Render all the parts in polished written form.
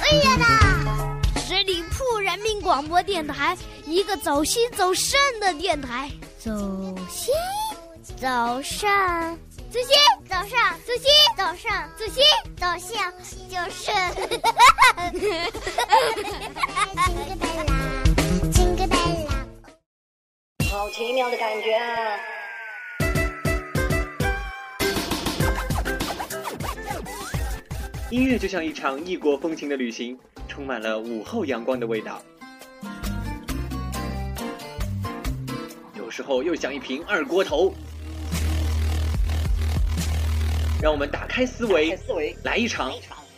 飞呀啦！ 十里铺人民广播电台，一个走心走肾的电台。 走心，走肾， 走心， 走上， 走心， 走上， 走心， 走向就是金个贝拉， 好奇妙的感觉啊！ 音乐就像一场异国风情的旅行，充满了午后阳光的味道。有时候又像一瓶二锅头。让我们打开思维，来一场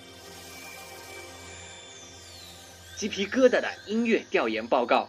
鸡皮疙瘩的音乐调研报告。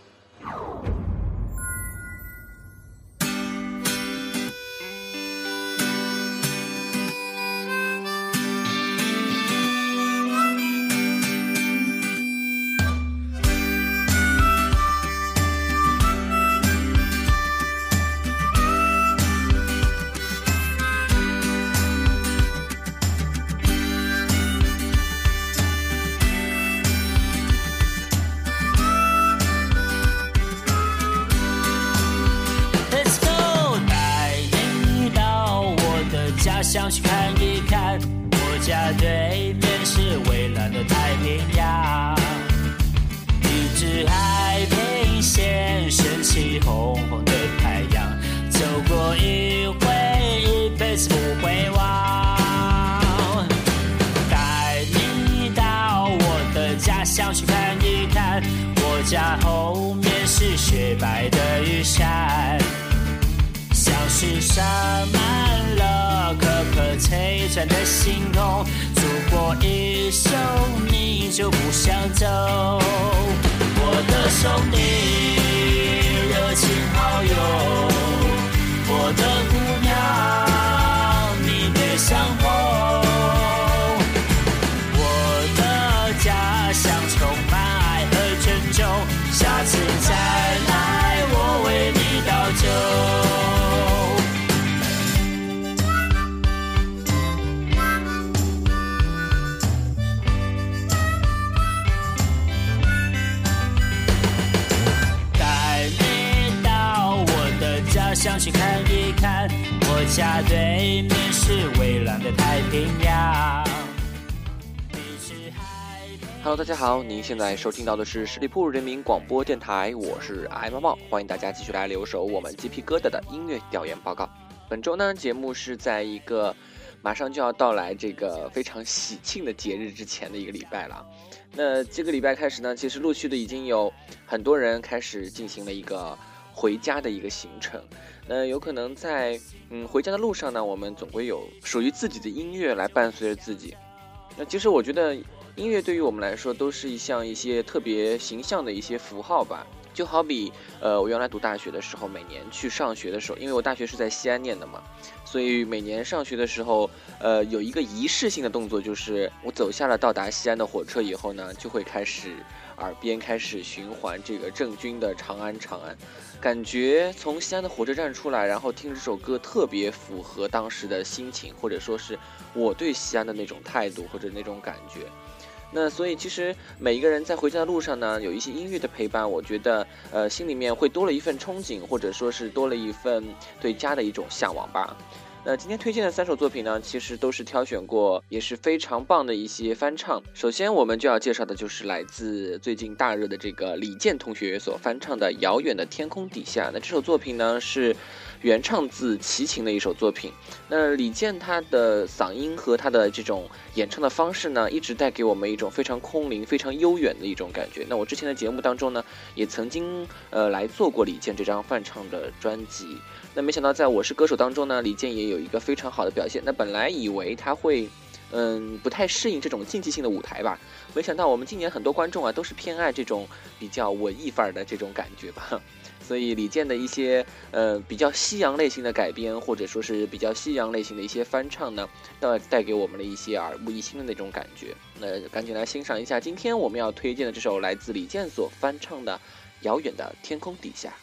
想去看一看，我家对面是蔚蓝的太平洋，一只海平线升起红红的太阳，走过一回，一辈子不会忘。带你到我的家乡去看一看，我家后面是雪白的玉山，像是洒满了颗颗璀璨的星空，走过一生你就不想走。我的兄弟，热情好友，我的姑娘，你别想疯。我的家乡充满爱和珍重，下次再来我为你倒酒。想去看一看，我家对面是蔚蓝的太平洋。 Hello， 大家好，您现在收听到的是十里铺人民广播电台，我是艾猫猫，欢迎大家继续来留守我们鸡皮疙瘩的音乐调研报告。本周呢，节目是在一个马上就要到来这个非常喜庆的节日之前的一个礼拜了。那这个礼拜开始呢，其实陆续的已经有很多人开始进行了一个回家的一个行程。那有可能在回家的路上呢，我们总会有属于自己的音乐来伴随着自己。那其实我觉得音乐对于我们来说都是一些特别形象的一些符号吧。就好比我原来读大学的时候，每年去上学的时候，因为我大学是在西安念的嘛，所以每年上学的时候有一个仪式性的动作，就是我走下了到达西安的火车以后呢，就会开始耳边开始循环这个郑钧的长安长安，感觉从西安的火车站出来，然后听这首歌特别符合当时的心情，或者说是我对西安的那种态度或者那种感觉。那所以其实每一个人在回家的路上呢，有一些音乐的陪伴，我觉得心里面会多了一份憧憬，或者说是多了一份对家的一种向往吧。今天推荐的3首作品呢，其实都是挑选过也是非常棒的一些翻唱。首先我们就要介绍的就是来自最近大热的这个李健同学所翻唱的《遥远的天空底下》。那这首作品呢是原唱自齐秦的一首作品。那李健他的嗓音和他的这种演唱的方式呢，一直带给我们一种非常空灵非常悠远的一种感觉。那我之前的节目当中呢，也曾经来做过李健这张翻唱的专辑。那没想到在我是歌手当中呢，李健也有一个非常好的表现。那本来以为他会不太适应这种竞技性的舞台吧，没想到我们今年很多观众啊都是偏爱这种比较文艺范儿的这种感觉吧。所以李健的一些比较西洋类型的改编，或者说是比较西洋类型的一些翻唱呢，带给我们了一些耳目一新的那种感觉。那赶紧来欣赏一下今天我们要推荐的这首来自李健所翻唱的《遥远的天空底下》。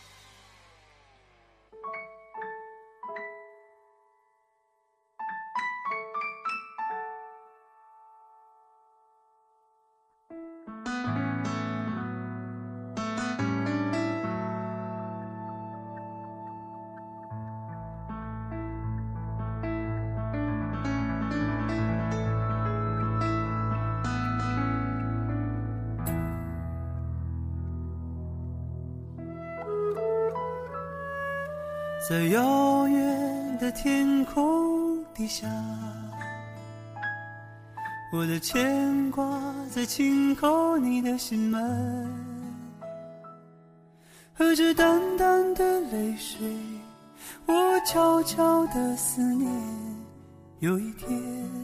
在遥远的天空底下，我的牵挂在轻叩你的心门，和着淡淡的泪水，我悄悄地思念。有一天，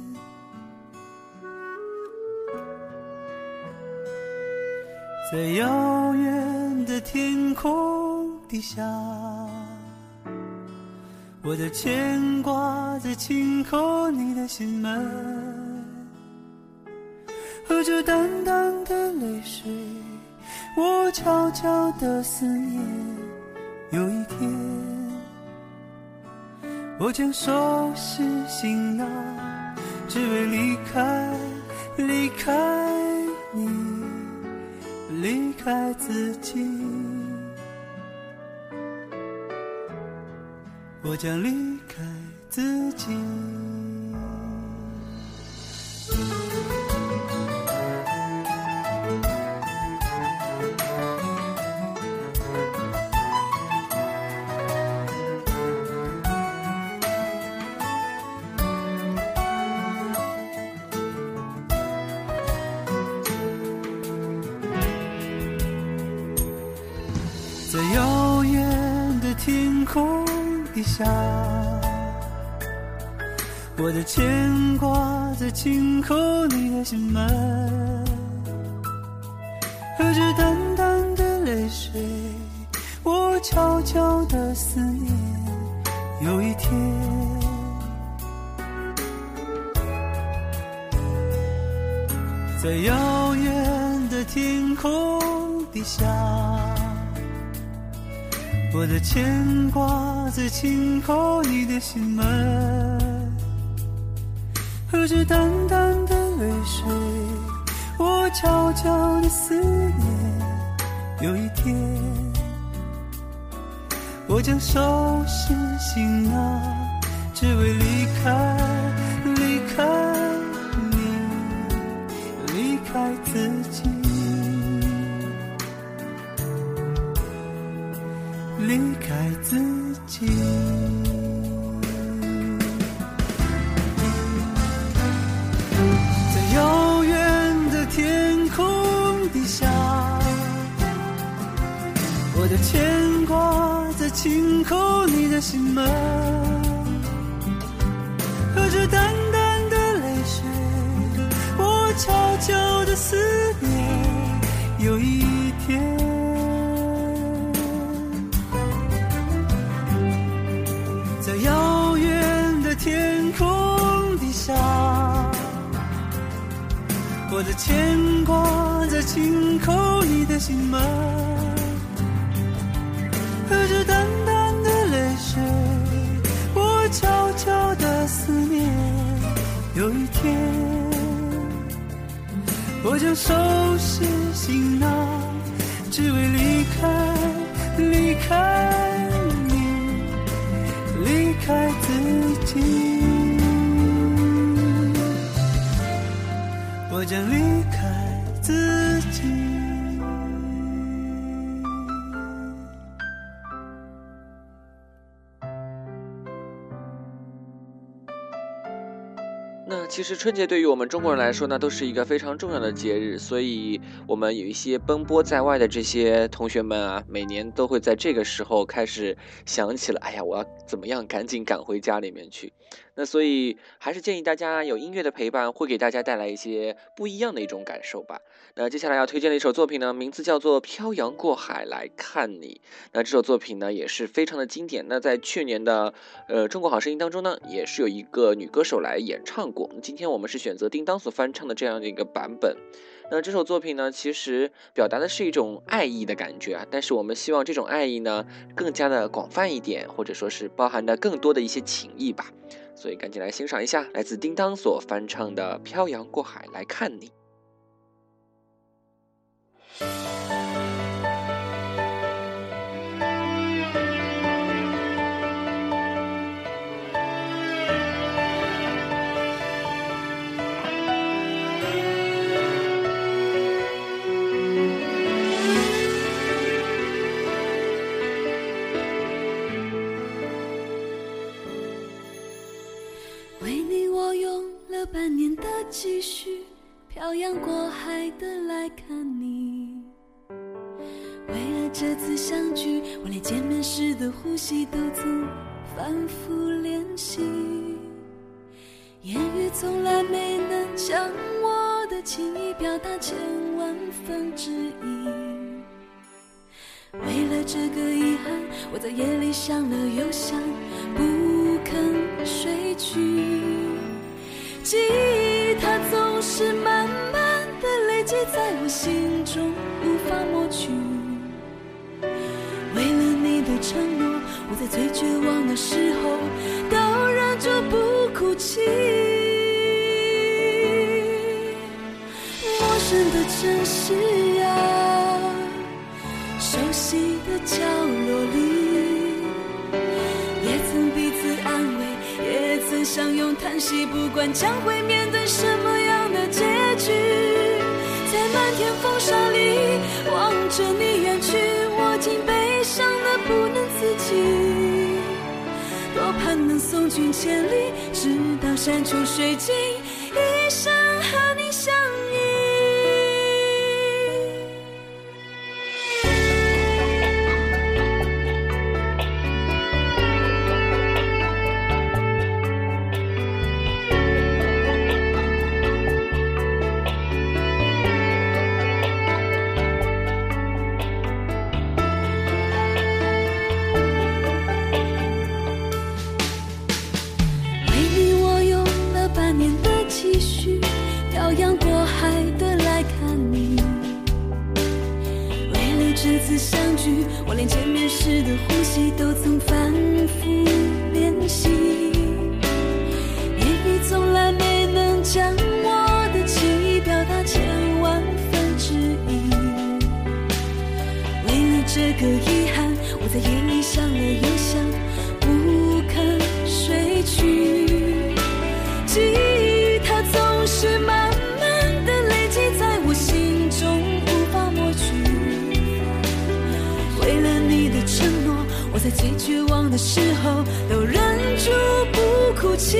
在遥远的天空底下，我的牵挂在轻叩你的心门，和着淡淡的泪水，我悄悄地思念。有一天，我将收拾行囊，只为离开你，离开自己。我将离开自己。在遥远的天空底下，我的牵挂在轻叩你的心门，和着淡淡的泪水，我悄悄地思念。有一天，在遥远的天空底下，我的牵挂在轻叩你的心门，和着淡淡的泪水，我悄悄地思念。有一天，我将收拾行囊，只为离开你，离开自己，离开自己。在遥远的天空底下，我的牵挂在轻叩你的心门，和着淡淡的泪水，我悄悄地思念。有一天，在遥远的天空底下，我的牵挂在轻叩你的心门，和着淡淡的泪水，我悄悄地思念。有一天，我将收拾行囊，只为离开你，离开自己。我将离开自己。 那其实春节对于我们中国人来说呢，都是一个非常重要的节日，所以我们有一些奔波在外的这些同学们啊，每年都会在这个时候开始想起了，哎呀，我要怎么样赶紧赶回家里面去。那所以还是建议大家有音乐的陪伴，会给大家带来一些不一样的一种感受吧。那接下来要推荐的一首作品呢，名字叫做《漂洋过海来看你》。那这首作品呢也是非常的经典。那在去年的中国好声音当中呢，也是有一个女歌手来演唱过。今天我们是选择叮当所翻唱的这样的一个版本。那这首作品呢，其实表达的是一种爱意的感觉啊，但是我们希望这种爱意呢更加的广泛一点，或者说是包含的更多的一些情谊吧。所以赶紧来欣赏一下来自叮当所翻唱的《漂洋过海来看你》。 继续漂洋过海的来看你。为了这次相聚，我连见面时的呼吸都曾反复练习，言语从来没能将我的情意表达千万分之一。为了这个遗憾，我在夜里想了又想，不肯睡去。记忆它总是慢慢的累积在我心中，无法抹去。为了你的承诺，我在最绝望的时候都忍住不哭泣。陌生的城市啊，熟悉的角落里，也曾彼此安慰，也曾相拥叹息，不管将会面对什么样的结局。在漫天风沙里望着你远去，我竟悲伤得不能自己。多盼能送君千里，直到山穷水尽，一生和你相依。漂洋过海的来看你，为了这次相聚，我连见面时的呼吸都曾反复练习，言语从来没能将我的情意表达千万分之一。为了这个遗憾，我在夜里想了又想，不肯睡去。记忆它总是慢慢的累积在我心中，无法抹去。为了你的承诺，我在最绝望的时候都忍住不哭泣。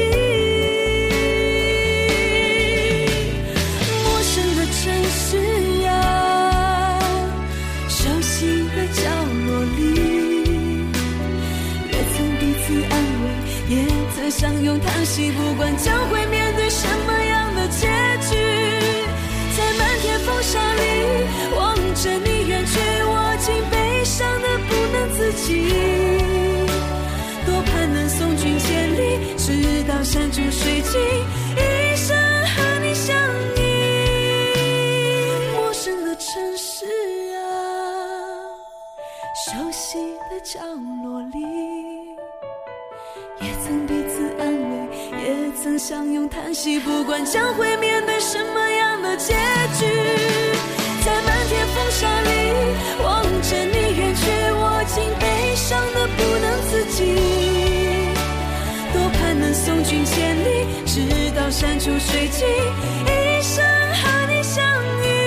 陌生的城市啊，熟悉的角落里，也曾彼此安慰，也曾相拥叹息，不管将会面对什么样的结局。在漫天风沙里望着你远去，我竟悲伤得不能自己。多盼能送君千里，直到山穷水尽，一生和你相依。陌生的城市啊，熟悉的角落里，也曾彼此安慰，也曾相拥叹息，不管将会面对什么样的结局。在漫天风沙里望着你远去，我竟悲伤得不能自己。多盼能送君千里，直到山穷水尽，一生和你相依。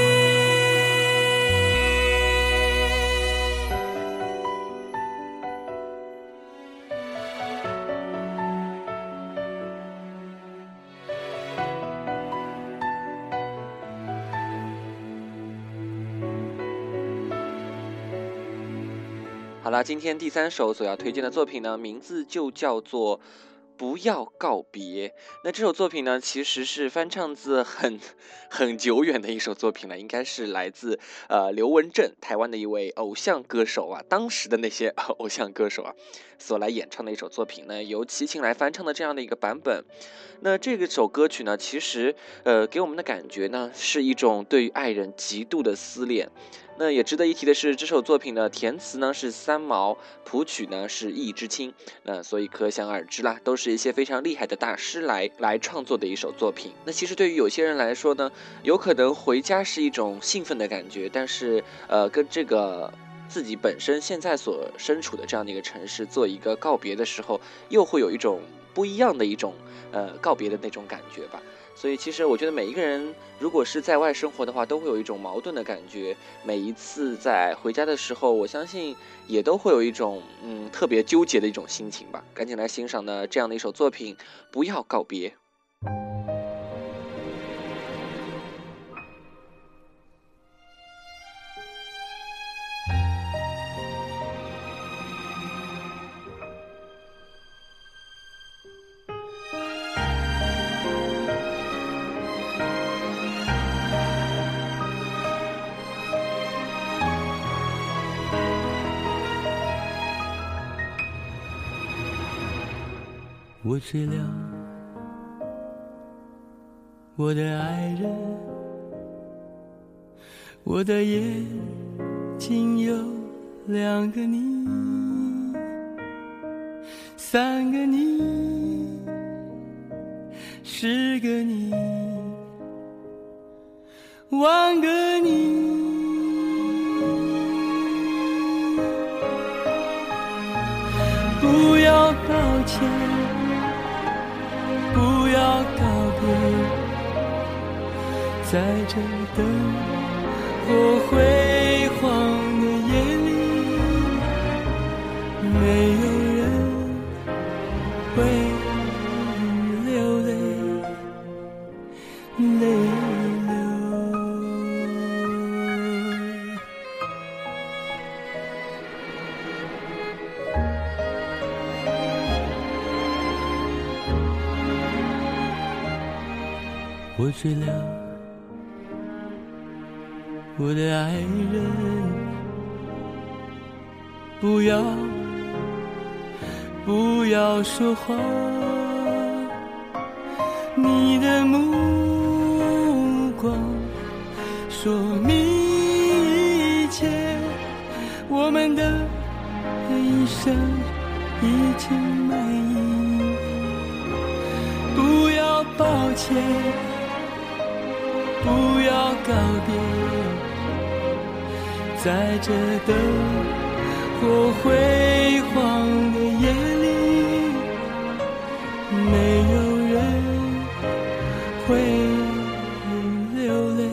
好了，今天第3首所要推荐的作品呢，名字就叫做不要告别。那这首作品呢，其实是翻唱自很久远的一首作品了，应该是来自刘文正，台湾的一位偶像歌手啊，当时的那些偶像歌手啊所来演唱的一首作品呢，由齐秦来翻唱的这样的一个版本。那这个首歌曲呢，其实给我们的感觉呢，是一种对于爱人极度的思念。那也值得一提的是，这首作品的填词呢是三毛，谱曲呢是易知青，那所以可想而知啦，都是一些非常厉害的大师来创作的一首作品。那其实对于有些人来说呢，有可能回家是一种兴奋的感觉，但是跟这个自己本身现在所身处的这样的一个城市做一个告别的时候，又会有一种不一样的一种告别的那种感觉吧。所以其实我觉得每一个人如果是在外生活的话，都会有一种矛盾的感觉。每一次在回家的时候，我相信也都会有一种特别纠结的一种心情吧。赶紧来欣赏呢这样的一首作品，不要告别。 我睡了，我的爱人，我的眼睛有2个你，3个你，10个你，10000个你。不要抱歉，不要告别，在这灯火辉煌的夜里，没有人会流泪，泪流。我睡了，我的爱人，不要说话，你的目光说明一切，我们的一生已经满意。不要抱歉，不要告别，在这灯火辉煌的夜里，没有人会流泪，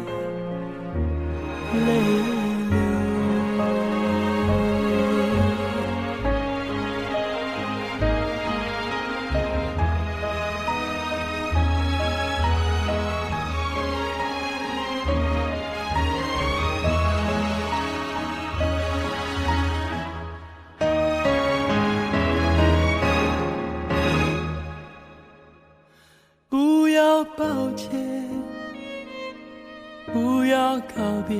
泪流。不要抱歉，不要告别，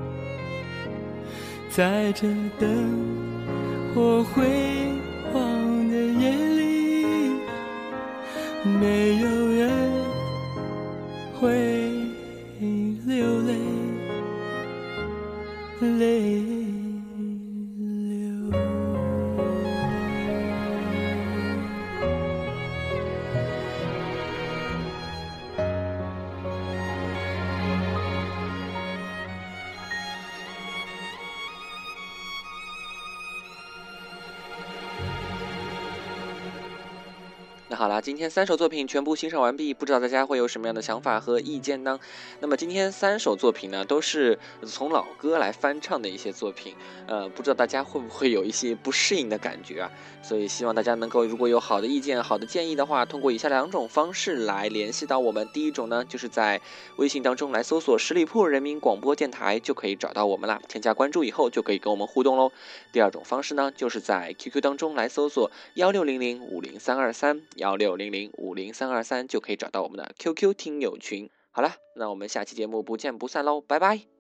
在这灯火辉煌的夜里，没有人会流泪，泪流。 那好啦，今天3首作品全部欣赏完毕，不知道大家会有什么样的想法和意见呢？那么今天3首作品呢，都是从老歌来翻唱的一些作品，不知道大家会不会有一些不适应的感觉啊？所以希望大家能够，如果有好的意见、好的建议的话，通过以下2种方式来联系到我们。第一种呢，就是在微信当中来搜索十里铺人民广播电台，就可以找到我们啦，添加关注以后就可以跟我们互动喽。第2种方式呢，就是在 QQ 当中来搜索1600-50323，1600-50323，就可以找到我们的 QQ 听友群。好了，那我们下期节目不见不散喽，拜拜。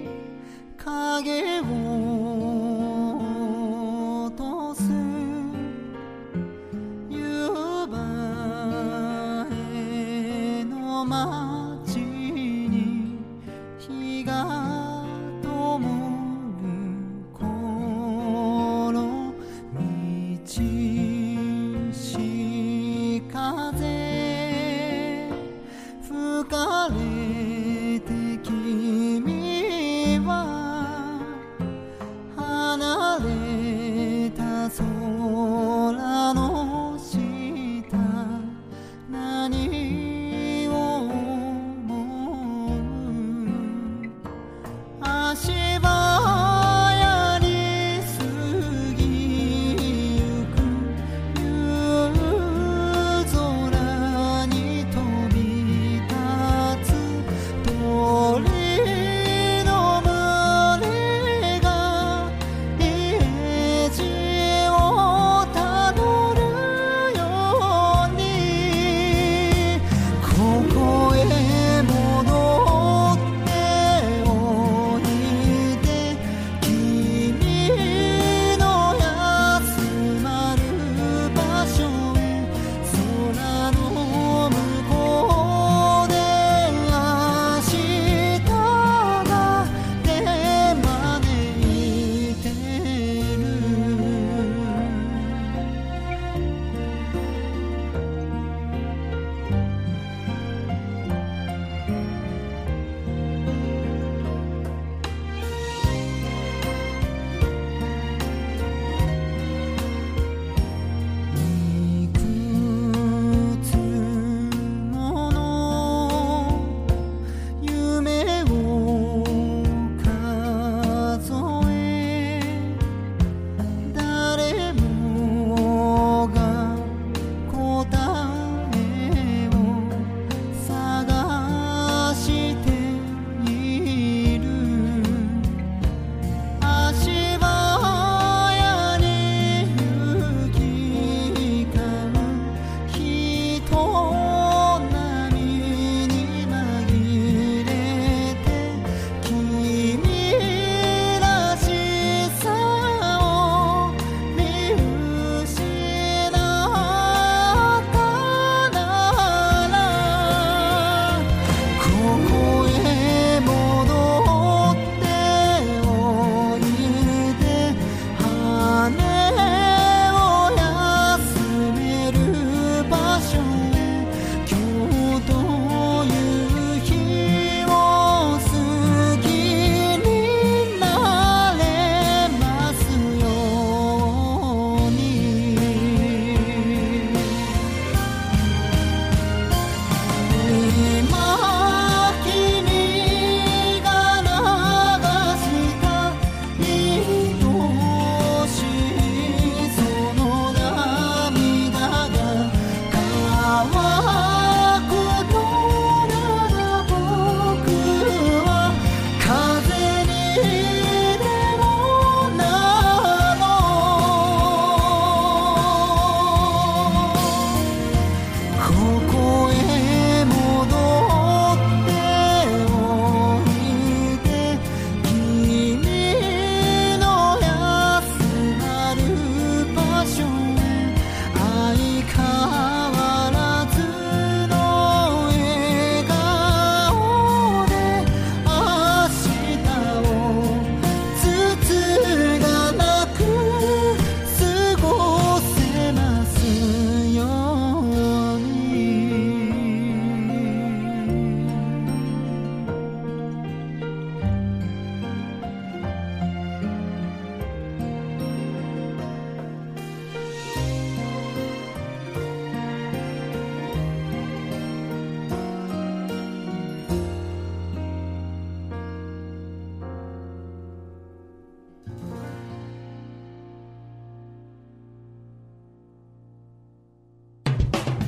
影を落とす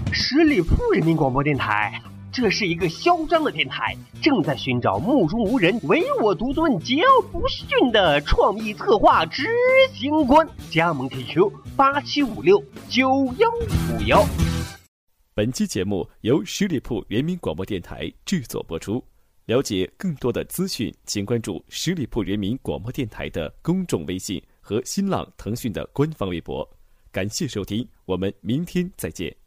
十里铺人民广播电台，这是一个嚣张的电台，正在寻找目中无人、唯我独尊、桀骜不驯的创意策划执行官。加盟 QQ 87569151。 本期节目由十里铺人民广播电台制作播出。了解更多的资讯，请关注十里铺人民广播电台的公众微信和新浪、腾讯的官方微博。感谢收听，我们明天再见。